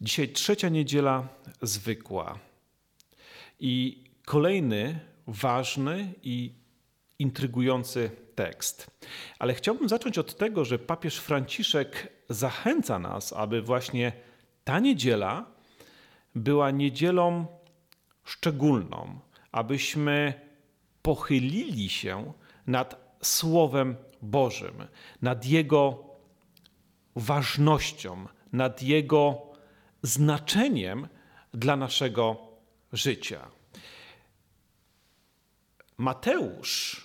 Dzisiaj trzecia niedziela zwykła i kolejny ważny i intrygujący tekst. Ale chciałbym zacząć od tego, że papież Franciszek zachęca nas, aby właśnie ta niedziela była niedzielą szczególną, abyśmy pochylili się nad Słowem Bożym, nad Jego ważnością, nad Jego znaczeniem dla naszego życia. Mateusz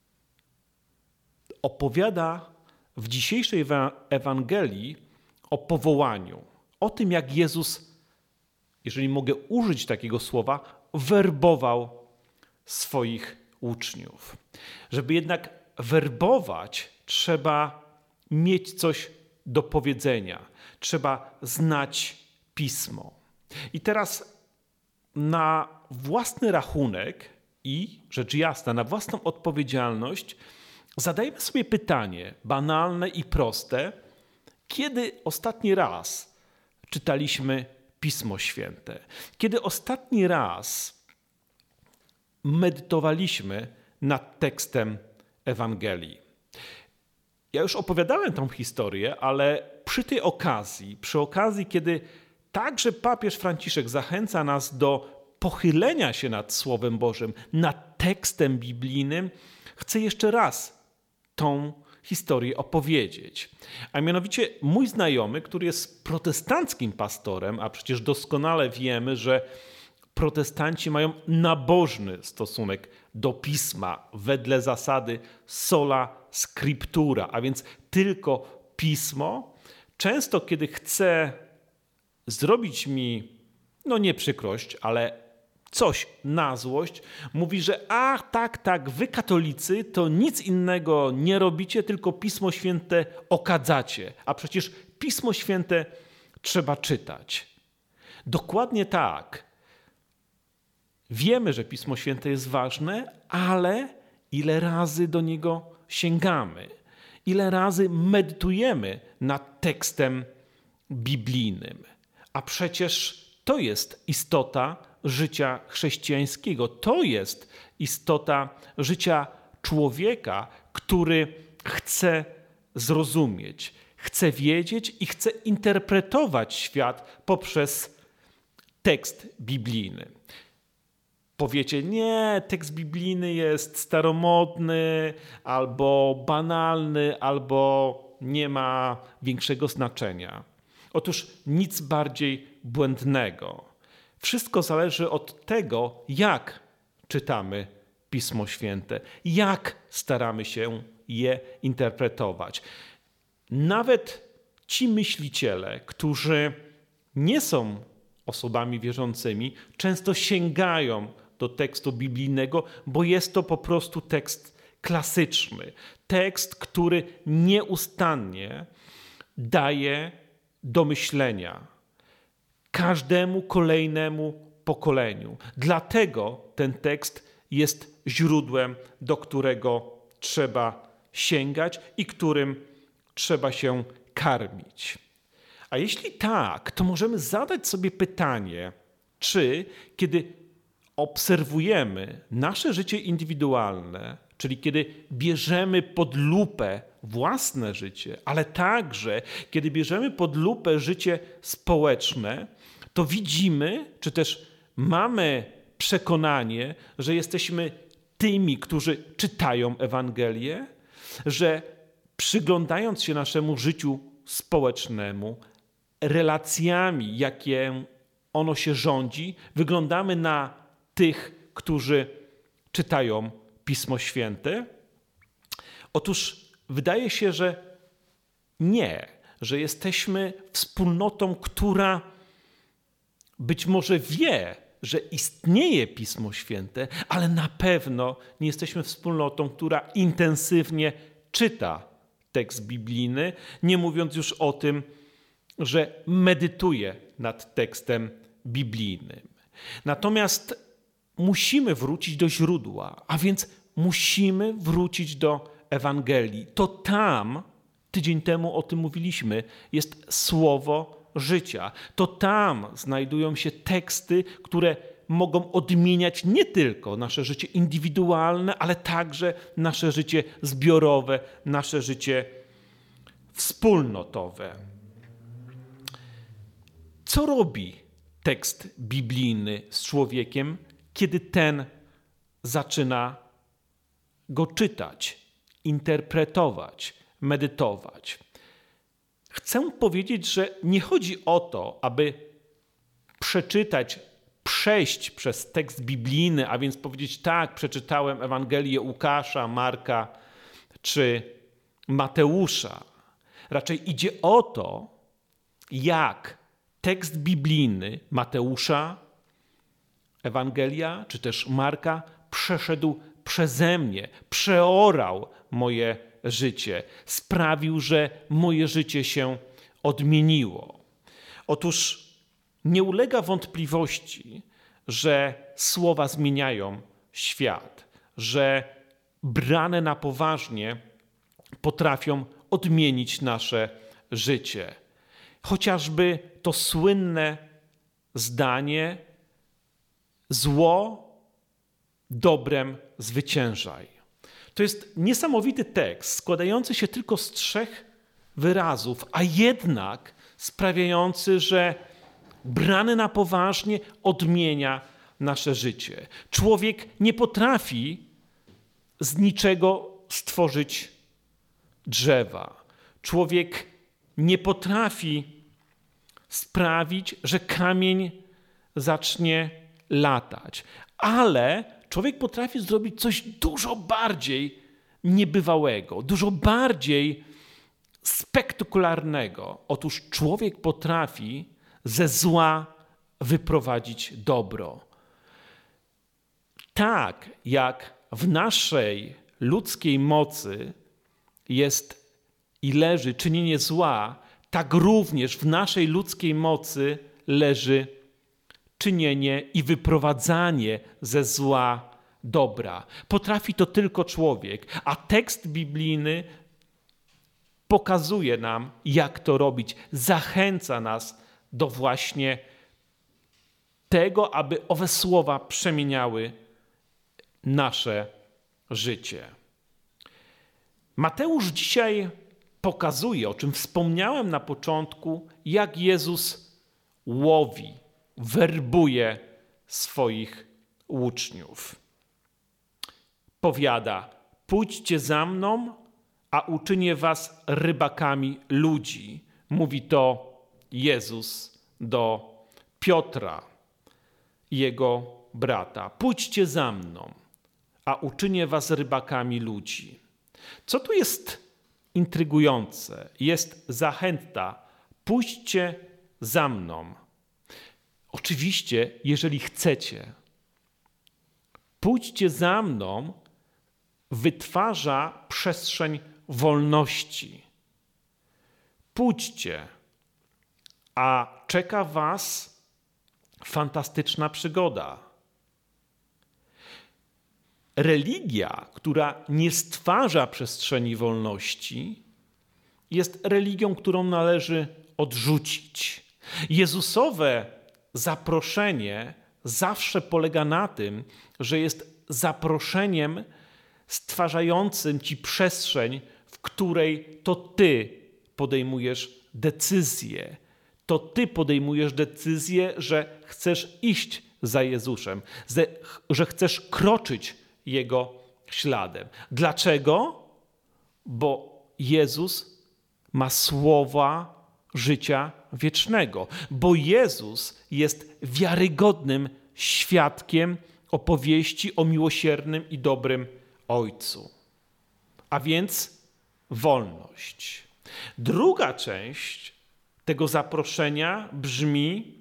opowiada w dzisiejszej Ewangelii o powołaniu, o tym, jak Jezus, jeżeli mogę użyć takiego słowa, werbował swoich uczniów. Żeby jednak werbować, trzeba mieć coś do powiedzenia, trzeba znać Pismo. I teraz na własny rachunek i, rzecz jasna, na własną odpowiedzialność zadajmy sobie pytanie banalne i proste: kiedy ostatni raz czytaliśmy Pismo Święte? Kiedy ostatni raz medytowaliśmy nad tekstem Ewangelii? Ja już opowiadałem tą historię, ale przy okazji, kiedy także papież Franciszek zachęca nas do pochylenia się nad Słowem Bożym, nad tekstem biblijnym, chcę jeszcze raz tą historię opowiedzieć. A mianowicie mój znajomy, który jest protestanckim pastorem, a przecież doskonale wiemy, że protestanci mają nabożny stosunek do Pisma wedle zasady sola scriptura, a więc tylko Pismo. Często, kiedy chce zrobić mi, nie przykrość, ale coś na złość, mówi, że tak, wy katolicy to nic innego nie robicie, tylko Pismo Święte okadzacie, a przecież Pismo Święte trzeba czytać. Dokładnie tak. Wiemy, że Pismo Święte jest ważne, ale ile razy do niego sięgamy? Ile razy medytujemy nad tekstem biblijnym? A przecież to jest istota życia chrześcijańskiego. To jest istota życia człowieka, który chce zrozumieć, chce wiedzieć i chce interpretować świat poprzez tekst biblijny. Powiecie, nie, tekst biblijny jest staromodny, albo banalny, albo nie ma większego znaczenia. Otóż nic bardziej błędnego. Wszystko zależy od tego, jak czytamy Pismo Święte, jak staramy się je interpretować. Nawet ci myśliciele, którzy nie są osobami wierzącymi, często sięgają do tekstu biblijnego, bo jest to po prostu tekst klasyczny. Tekst, który nieustannie daje do myślenia każdemu kolejnemu pokoleniu. Dlatego ten tekst jest źródłem, do którego trzeba sięgać i którym trzeba się karmić. A jeśli tak, to możemy zadać sobie pytanie, czy kiedy obserwujemy nasze życie indywidualne, czyli kiedy bierzemy pod lupę własne życie, ale także kiedy bierzemy pod lupę życie społeczne, to widzimy, czy też mamy przekonanie, że jesteśmy tymi, którzy czytają Ewangelię, że przyglądając się naszemu życiu społecznemu, relacjami, jakie ono się rządzi, wyglądamy na tych, którzy czytają Pismo Święte? Otóż wydaje się, że nie, że jesteśmy wspólnotą, która być może wie, że istnieje Pismo Święte, ale na pewno nie jesteśmy wspólnotą, która intensywnie czyta tekst biblijny, nie mówiąc już o tym, że medytuje nad tekstem biblijnym. Natomiast musimy wrócić do źródła, a więc musimy wrócić do Ewangelii. To tam, tydzień temu o tym mówiliśmy, jest Słowo życia. To tam znajdują się teksty, które mogą odmieniać nie tylko nasze życie indywidualne, ale także nasze życie zbiorowe, nasze życie wspólnotowe. Co robi tekst biblijny z człowiekiem, kiedy ten zaczyna go czytać, interpretować, medytować? Chcę powiedzieć, że nie chodzi o to, aby przejść przez tekst biblijny, a więc powiedzieć: tak, przeczytałem Ewangelię Łukasza, Marka czy Mateusza. Raczej idzie o to, jak tekst biblijny Mateusza, Ewangelia czy też Marka przeszedł przeze mnie, przeorał moje życie, sprawił, że moje życie się odmieniło. Otóż nie ulega wątpliwości, że słowa zmieniają świat, że brane na poważnie potrafią odmienić nasze życie. Chociażby to słynne zdanie: zło dobrem zwyciężaj. To jest niesamowity tekst, składający się tylko z 3 wyrazów, a jednak sprawiający, że brany na poważnie odmienia nasze życie. Człowiek nie potrafi z niczego stworzyć drzewa. Człowiek nie potrafi sprawić, że kamień zacznie latać. Ale człowiek potrafi zrobić coś dużo bardziej niebywałego, dużo bardziej spektakularnego. Otóż człowiek potrafi ze zła wyprowadzić dobro. Tak jak w naszej ludzkiej mocy jest i leży czynienie zła, tak również w naszej ludzkiej mocy leży czynienie i wyprowadzanie ze zła dobra. Potrafi to tylko człowiek, a tekst biblijny pokazuje nam, jak to robić. Zachęca nas do właśnie tego, aby owe słowa przemieniały nasze życie. Mateusz dzisiaj pokazuje, o czym wspomniałem na początku, jak Jezus łowi, werbuje swoich uczniów. Powiada: pójdźcie za mną, a uczynię was rybakami ludzi. Mówi to Jezus do Piotra i jego brata. Pójdźcie za mną, a uczynię was rybakami ludzi. Co tu jest intrygujące? Jest zachęta: pójdźcie za mną. Oczywiście, jeżeli chcecie. Pójdźcie za mną wytwarza przestrzeń wolności. Pójdźcie, a czeka was fantastyczna przygoda. Religia, która nie stwarza przestrzeni wolności, jest religią, którą należy odrzucić. Jezusowe zaproszenie zawsze polega na tym, że jest zaproszeniem stwarzającym ci przestrzeń, w której to ty podejmujesz decyzję. To ty podejmujesz decyzję, że chcesz iść za Jezusem, że chcesz kroczyć Jego śladem. Dlaczego? Bo Jezus ma słowa życia wiecznego. Bo Jezus jest wiarygodnym świadkiem opowieści o miłosiernym i dobrym Ojcu. A więc wolność. Druga część tego zaproszenia brzmi: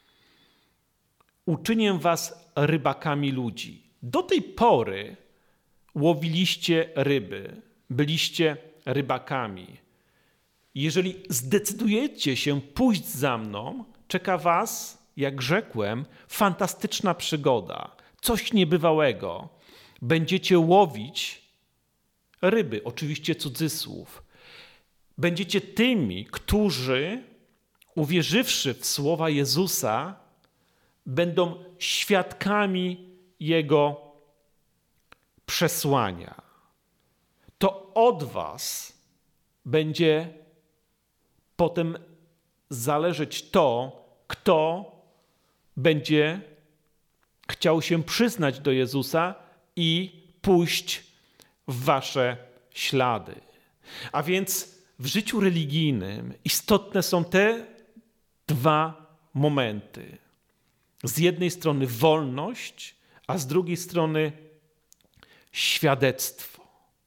uczynię was rybakami ludzi. Do tej pory łowiliście ryby, byliście rybakami. Jeżeli zdecydujecie się pójść za mną, czeka was, jak rzekłem, fantastyczna przygoda, coś niebywałego. Będziecie łowić ryby, oczywiście cudzysłów. Będziecie tymi, którzy uwierzywszy w słowa Jezusa, będą świadkami Jego przesłania. To od was będzie potem zależeć to, kto będzie chciał się przyznać do Jezusa i pójść w wasze ślady. A więc w życiu religijnym istotne są te dwa momenty. Z jednej strony wolność, a z drugiej strony świadectwo.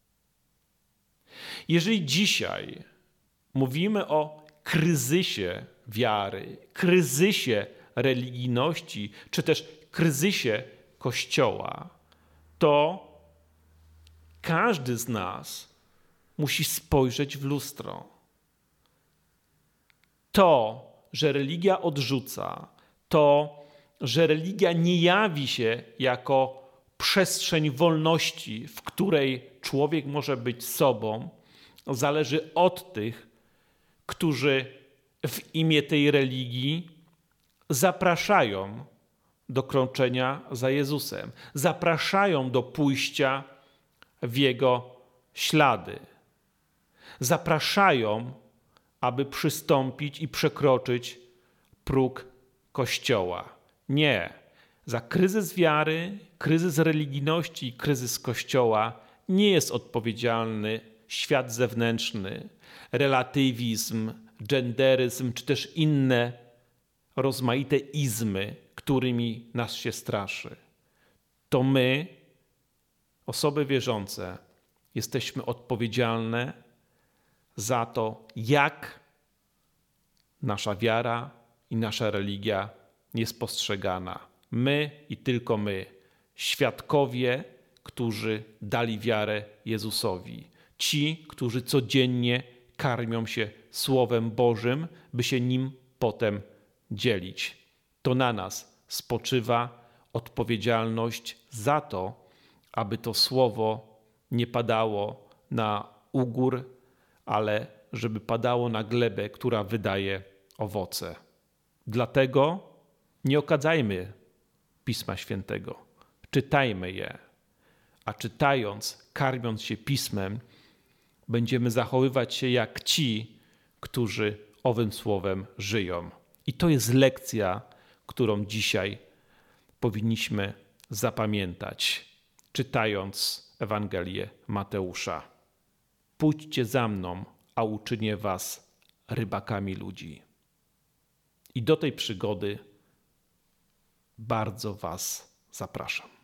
Jeżeli dzisiaj mówimy o kryzysie wiary, kryzysie religijności, czy też kryzysie Kościoła, to każdy z nas musi spojrzeć w lustro. To, że religia odrzuca, to, że religia nie jawi się jako przestrzeń wolności, w której człowiek może być sobą, zależy od tych, którzy w imię tej religii zapraszają do krączenia za Jezusem, zapraszają do pójścia w Jego ślady, zapraszają, aby przystąpić i przekroczyć próg Kościoła. Nie. Za kryzys wiary, kryzys religijności i kryzys Kościoła nie jest odpowiedzialny świat zewnętrzny, relatywizm, genderyzm, czy też inne rozmaite izmy, którymi nas się straszy. To my, osoby wierzące, jesteśmy odpowiedzialne za to, jak nasza wiara i nasza religia jest postrzegana. My i tylko my, świadkowie, którzy dali wiarę Jezusowi. Ci, którzy codziennie karmią się Słowem Bożym, by się nim potem dzielić. To na nas spoczywa odpowiedzialność za to, aby to słowo nie padało na ugór, ale żeby padało na glebę, która wydaje owoce. Dlatego nie okadzajmy Pisma Świętego. Czytajmy je, a czytając, karmiąc się Pismem, będziemy zachowywać się jak ci, którzy owym słowem żyją. I to jest lekcja, którą dzisiaj powinniśmy zapamiętać, czytając Ewangelię Mateusza. Pójdźcie za mną, a uczynię was rybakami ludzi. I do tej przygody bardzo was zapraszam.